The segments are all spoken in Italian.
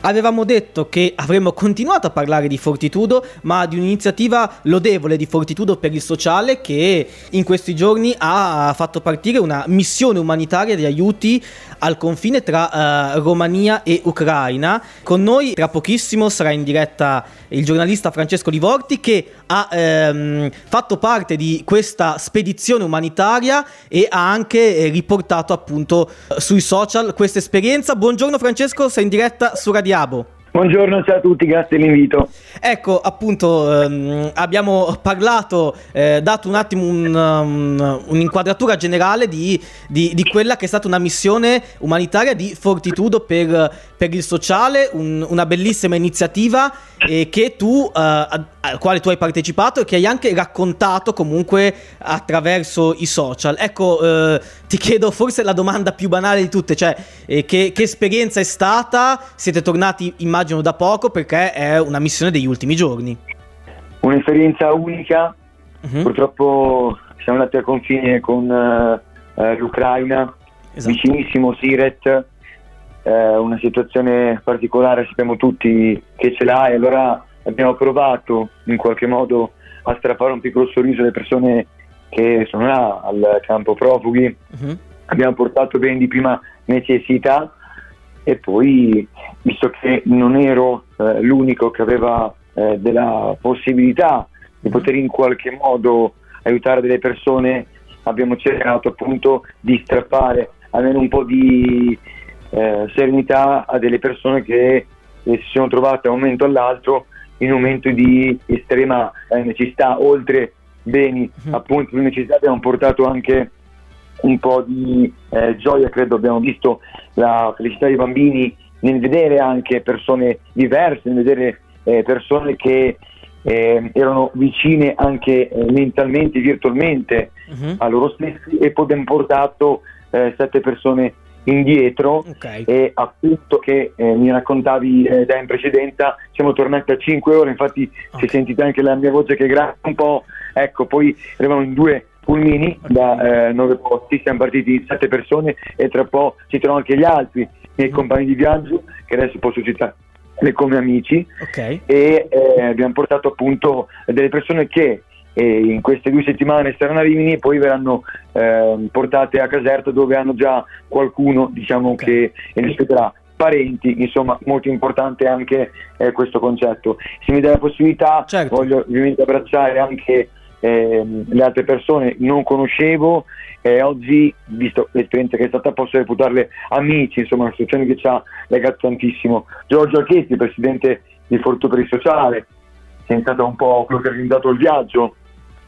avevamo detto che avremmo continuato a parlare di Fortitudo, ma di un'iniziativa lodevole di Fortitudo per il sociale, che in questi giorni ha fatto partire una missione umanitaria di aiuti al confine tra Romania e Ucraina. Con noi tra pochissimo sarà in diretta il giornalista Francesco Livorti, che ha fatto parte di questa spedizione umanitaria e ha anche riportato appunto sui social questa esperienza. Buongiorno Francesco, sei in diretta su Radiabo. Buongiorno, ciao a tutti, grazie dell'invito. Ecco, appunto, abbiamo parlato, dato un attimo un'inquadratura generale di quella che è stata una missione umanitaria di Fortitudo per il sociale, una bellissima iniziativa che al quale tu hai partecipato e che hai anche raccontato comunque attraverso i social. Ecco, ti chiedo forse la domanda più banale di tutte, cioè che esperienza è stata? Siete tornati, immagino, da poco, perché è una missione degli ultimi giorni. Un'esperienza unica. Purtroppo siamo andati al confine con l'Ucraina, esatto. Vicinissimo Siret, una situazione particolare, sappiamo tutti che ce l'ha, e allora abbiamo provato in qualche modo a strappare un piccolo sorriso alle persone che sono là al campo profughi. Abbiamo portato beni di prima necessità, e poi, visto che non ero l'unico che aveva della possibilità di poter in qualche modo aiutare delle persone, abbiamo cercato appunto di strappare almeno un po' di serenità a delle persone che si sono trovate da un momento all'altro in un momento di estrema necessità. Oltre beni appunto di necessità, abbiamo portato anche un po' di gioia. Credo abbiamo visto la felicità dei bambini nel vedere anche persone diverse, nel vedere persone che erano vicine anche mentalmente, virtualmente a loro stessi, e poi abbiamo portato 7 persone indietro. E appunto, che mi raccontavi già in precedenza, siamo tornati a 5 ore, infatti se sentite anche la mia voce che grana un po', ecco, poi eravamo in 2 pulmini da 9 posti, siamo partiti 7 persone, e tra un po' ci trovano anche gli altri miei compagni di viaggio, che adesso posso citare come amici. E abbiamo portato appunto delle persone che in queste 2 settimane saranno a Rimini, e poi verranno portate a Caserta, dove hanno già qualcuno, diciamo, che li aspetterà, parenti, insomma. Molto importante anche questo concetto. Se mi dà la possibilità, voglio ovviamente abbracciare anche le altre persone non conoscevo, e oggi, visto l'esperienza che è stata, posso reputarle amici, insomma, una situazione che ci ha legato tantissimo. Giorgio Alchetti, presidente di Fortitudo per il sociale, che è stato un po' quello che ha organizzato il viaggio.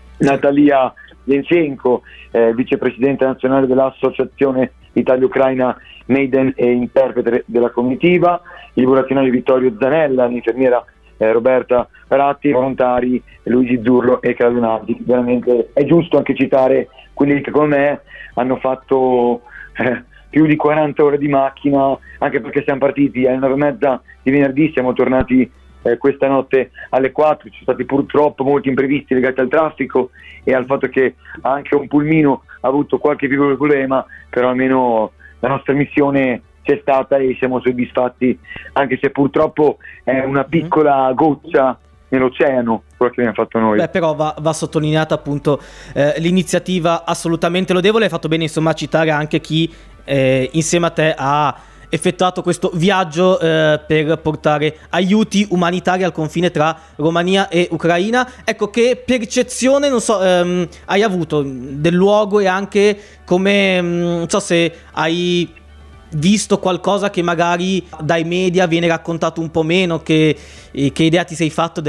Natalia Lenchenko, vicepresidente nazionale dell'Associazione Italia-Ucraina Maiden e interprete della comitiva. Il volazionario Vittorio Zanella, l'infermiera Roberta Ratti, volontari Luigi Zurlo e Cradonati. Veramente è giusto anche citare quelli che come me hanno fatto più di 40 ore di macchina, anche perché siamo partiti alle 9:30 di venerdì, siamo tornati questa notte alle 4. Ci sono stati purtroppo molti imprevisti legati al traffico e al fatto che anche un pulmino ha avuto qualche piccolo problema, però almeno la nostra missione c'è stata e siamo soddisfatti, anche se purtroppo è una piccola goccia nell'oceano quello che abbiamo fatto noi. Però va sottolineata appunto l'iniziativa assolutamente lodevole. Hai fatto bene, insomma, a citare anche chi insieme a te ha effettuato questo viaggio per portare aiuti umanitari al confine tra Romania e Ucraina. Ecco, che percezione, non so, hai avuto del luogo, e anche come, non so se hai visto qualcosa che magari dai media viene raccontato un po' meno, che idea ti sei fatto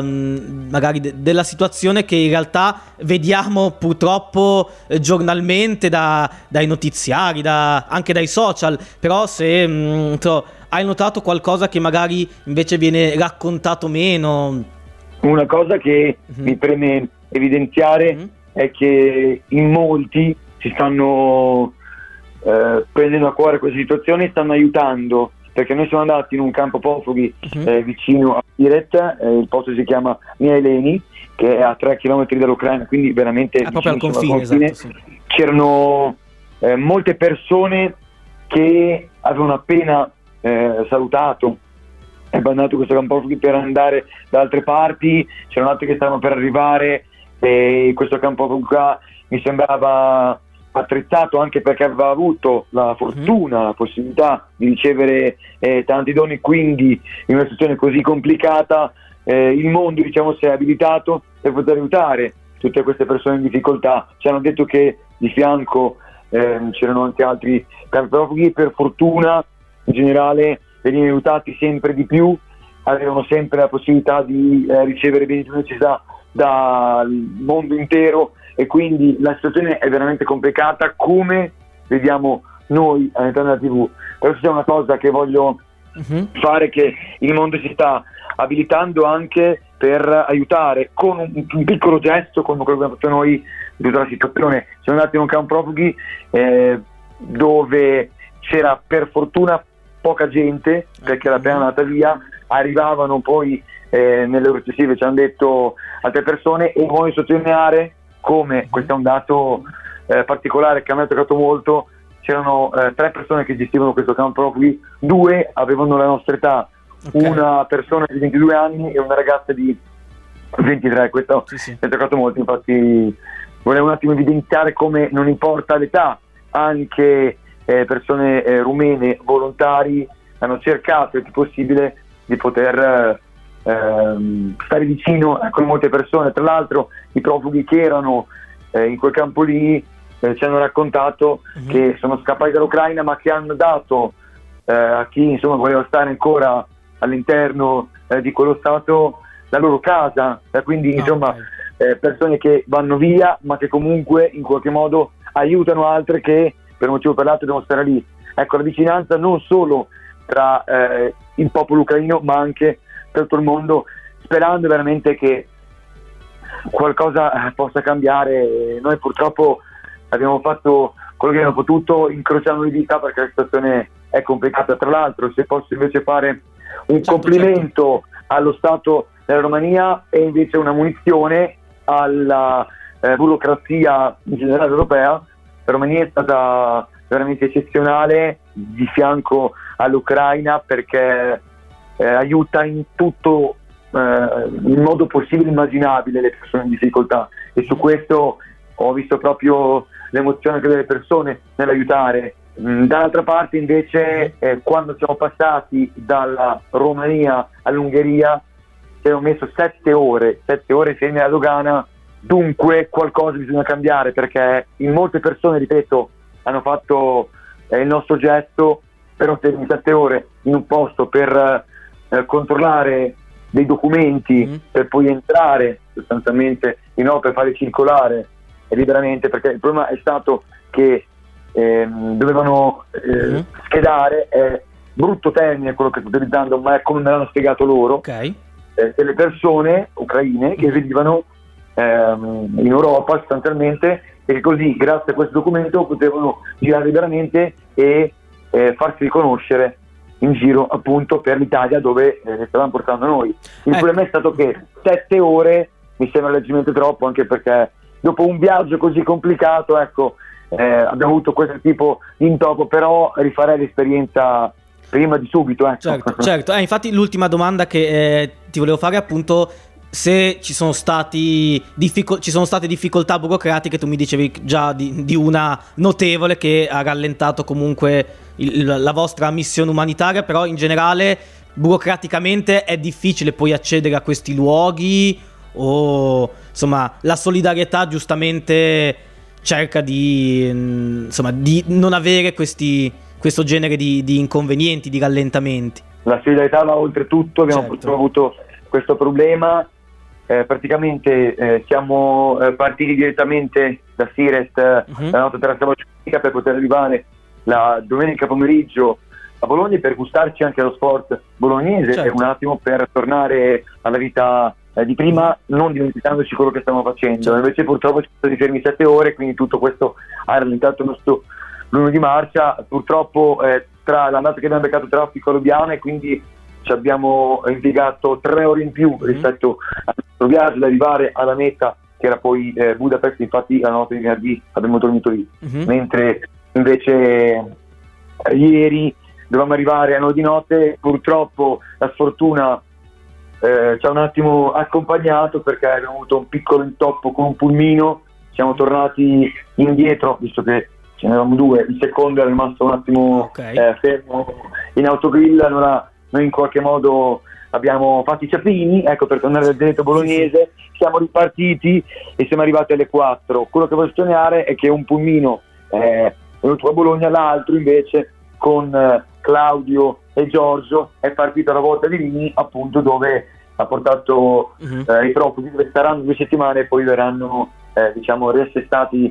magari della situazione che in realtà vediamo purtroppo giornalmente dai notiziari, anche dai social. Però se hai notato qualcosa che magari invece viene raccontato meno. Una cosa che mi preme evidenziare è che in molti si stanno prendendo a cuore questa situazione, stanno aiutando, perché noi siamo andati in un campo profughi vicino a Siret, il posto si chiama Miaileni, che è a 3 km dall'Ucraina, quindi veramente proprio al confine. Esatto, sì. C'erano molte persone che avevano appena salutato abbandonato questo campo profughi per andare da altre parti, c'erano altri che stavano per arrivare, e questo campo profughi qua mi sembrava attrezzato anche perché aveva avuto la fortuna, la possibilità di ricevere tanti doni, quindi in una situazione così complicata il mondo, diciamo, si è abilitato per poter aiutare tutte queste persone in difficoltà. Ci hanno detto che di fianco c'erano anche altri campi profughi, per fortuna in generale venivano aiutati sempre di più, avevano sempre la possibilità di ricevere beni di necessità dal mondo intero, e quindi la situazione è veramente complicata, come vediamo noi all'interno della TV. Però c'è una cosa che voglio fare, che il mondo si sta abilitando anche per aiutare con un piccolo gesto, come quello che abbiamo fatto noi in tutta la situazione. Siamo andati in un campo profughi dove c'era per fortuna poca gente, perché era appena andata via, arrivavano poi nelle ore successive, ci hanno detto altre persone, e voglio sottolineare come questo è un dato particolare che a me ha toccato molto. C'erano 3 persone che gestivano questo campo profughi, 2 avevano la nostra età, una persona di 22 anni e una ragazza di 23. Questo mi ha toccato molto, infatti volevo un attimo evidenziare come non importa l'età, anche persone rumene volontari hanno cercato il più possibile di poter stare vicino con molte persone. Tra l'altro i profughi che erano in quel campo lì ci hanno raccontato che sono scappati dall'Ucraina, ma che hanno dato a chi insomma voleva stare ancora all'interno di quello stato la loro casa, quindi insomma persone che vanno via ma che comunque in qualche modo aiutano altre che per un motivo o per l'altro devono stare lì. Ecco, la vicinanza non solo tra il popolo ucraino ma anche tra tutto il mondo, sperando veramente che qualcosa possa cambiare. Noi purtroppo abbiamo fatto quello che abbiamo potuto, incrociando le dita perché la situazione è complicata. Tra l'altro, se posso invece fare un complimento allo Stato della Romania e invece una munizione alla burocrazia in generale europea, la Romania è stata veramente eccezionale di fianco all'Ucraina, perché aiuta in tutto in modo possibile e immaginabile le persone in difficoltà, e su questo ho visto proprio l'emozione delle persone nell'aiutare. Dall'altra parte invece quando siamo passati dalla Romania all'Ungheria ci abbiamo messo 7 ore fermi alla dogana. Dunque qualcosa bisogna cambiare, perché in molte persone, ripeto, hanno fatto il nostro gesto, però 7 ore in un posto per controllare dei documenti per poi entrare sostanzialmente per fare circolare liberamente, perché il problema è stato che dovevano schedare, è brutto termine quello che sto utilizzando, ma è come me l'hanno spiegato loro, delle persone ucraine che venivano in Europa sostanzialmente, e che così grazie a questo documento potevano girare liberamente e farsi riconoscere in giro appunto per l'Italia, dove stavamo portando noi. Il problema è stato che 7 ore mi sembra leggermente troppo, anche perché dopo un viaggio così complicato, ecco, abbiamo avuto questo tipo di intoppo, però rifarei l'esperienza prima di subito, ecco. Certo. Infatti l'ultima domanda che ti volevo fare è appunto se ci sono state difficoltà burocratiche. Tu mi dicevi già di una notevole che ha rallentato comunque la vostra missione umanitaria, però in generale burocraticamente è difficile poi accedere a questi luoghi, o insomma la solidarietà giustamente cerca di non avere questo genere di inconvenienti, di rallentamenti? La solidarietà va oltre tutto, abbiamo purtroppo avuto questo problema. Praticamente siamo partiti direttamente da Siret, la nostra terra civica, per poter arrivare la domenica pomeriggio a Bologna, per gustarci anche lo sport bolognese e un attimo per tornare alla vita di prima, non dimenticandoci quello che stiamo facendo. Invece purtroppo ci sono stati fermi 7 ore, quindi tutto questo ha rallentato il nostro lungo di marcia. Purtroppo tra l'andata che abbiamo beccato traffico a Lubiana, e quindi ci abbiamo impiegato 3 ore in più rispetto al nostro viaggio, ad arrivare alla meta, che era poi Budapest. Infatti la notte di venerdì abbiamo dormito lì, mentre invece ieri dovevamo arrivare a 9 di notte. Purtroppo la sfortuna ci ha un attimo accompagnato, perché abbiamo avuto un piccolo intoppo con un pulmino, siamo tornati indietro, visto che ce ne eravamo due, il secondo è rimasto un attimo fermo in autogrill. Allora noi in qualche modo abbiamo fatto i ciapini, ecco, per tornare dal diretto bolognese. Siamo ripartiti e siamo arrivati alle 4. Quello che voglio sottolineare è che un pulmino è venuto a Bologna, l'altro invece con Claudio e Giorgio è partito alla volta di Rimini, appunto, dove ha portato i profughi, dove staranno 2 settimane e poi verranno diciamo riassestati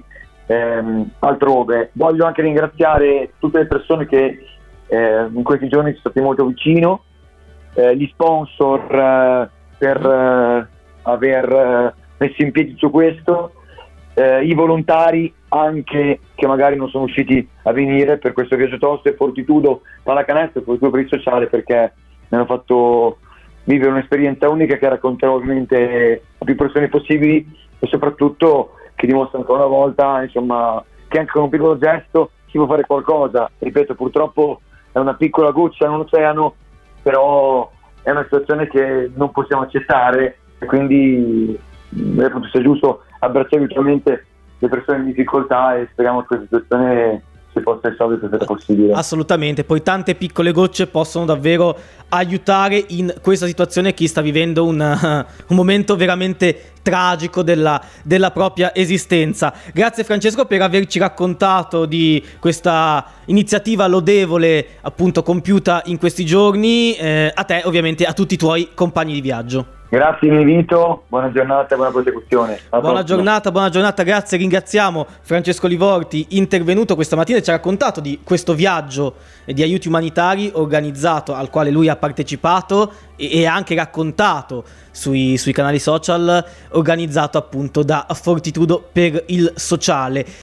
altrove. Voglio anche ringraziare tutte le persone che in questi giorni sono stati molto vicino, gli sponsor per aver messo in piedi tutto questo, i volontari anche che magari non sono riusciti a venire per questo viaggio tosto, e Fortitudo Pallacanestro, Fortitudo per il sociale, perché mi hanno fatto vivere un'esperienza unica che racconterò ovviamente a più persone possibili, e soprattutto che dimostra ancora una volta, insomma, che anche con un piccolo gesto si può fare qualcosa. Ripeto, purtroppo è una piccola goccia in un oceano, però è una situazione che non possiamo accettare, e quindi reputo sia giusto abbracciare virtualmente le persone in difficoltà, e speriamo che questa situazione si possa risolvere il più possibile. Assolutamente, poi tante piccole gocce possono davvero aiutare in questa situazione chi sta vivendo un momento veramente tragico della propria esistenza. Grazie Francesco per averci raccontato di questa iniziativa lodevole, appunto, compiuta in questi giorni, a te ovviamente, a tutti i tuoi compagni di viaggio. Grazie di invito, buona giornata e buona prosecuzione. Buona giornata, grazie, ringraziamo Francesco Livorti, intervenuto questa mattina e ci ha raccontato di questo viaggio di aiuti umanitari organizzato, al quale lui ha partecipato e anche raccontato sui canali social, organizzato appunto da Fortitudo per il sociale.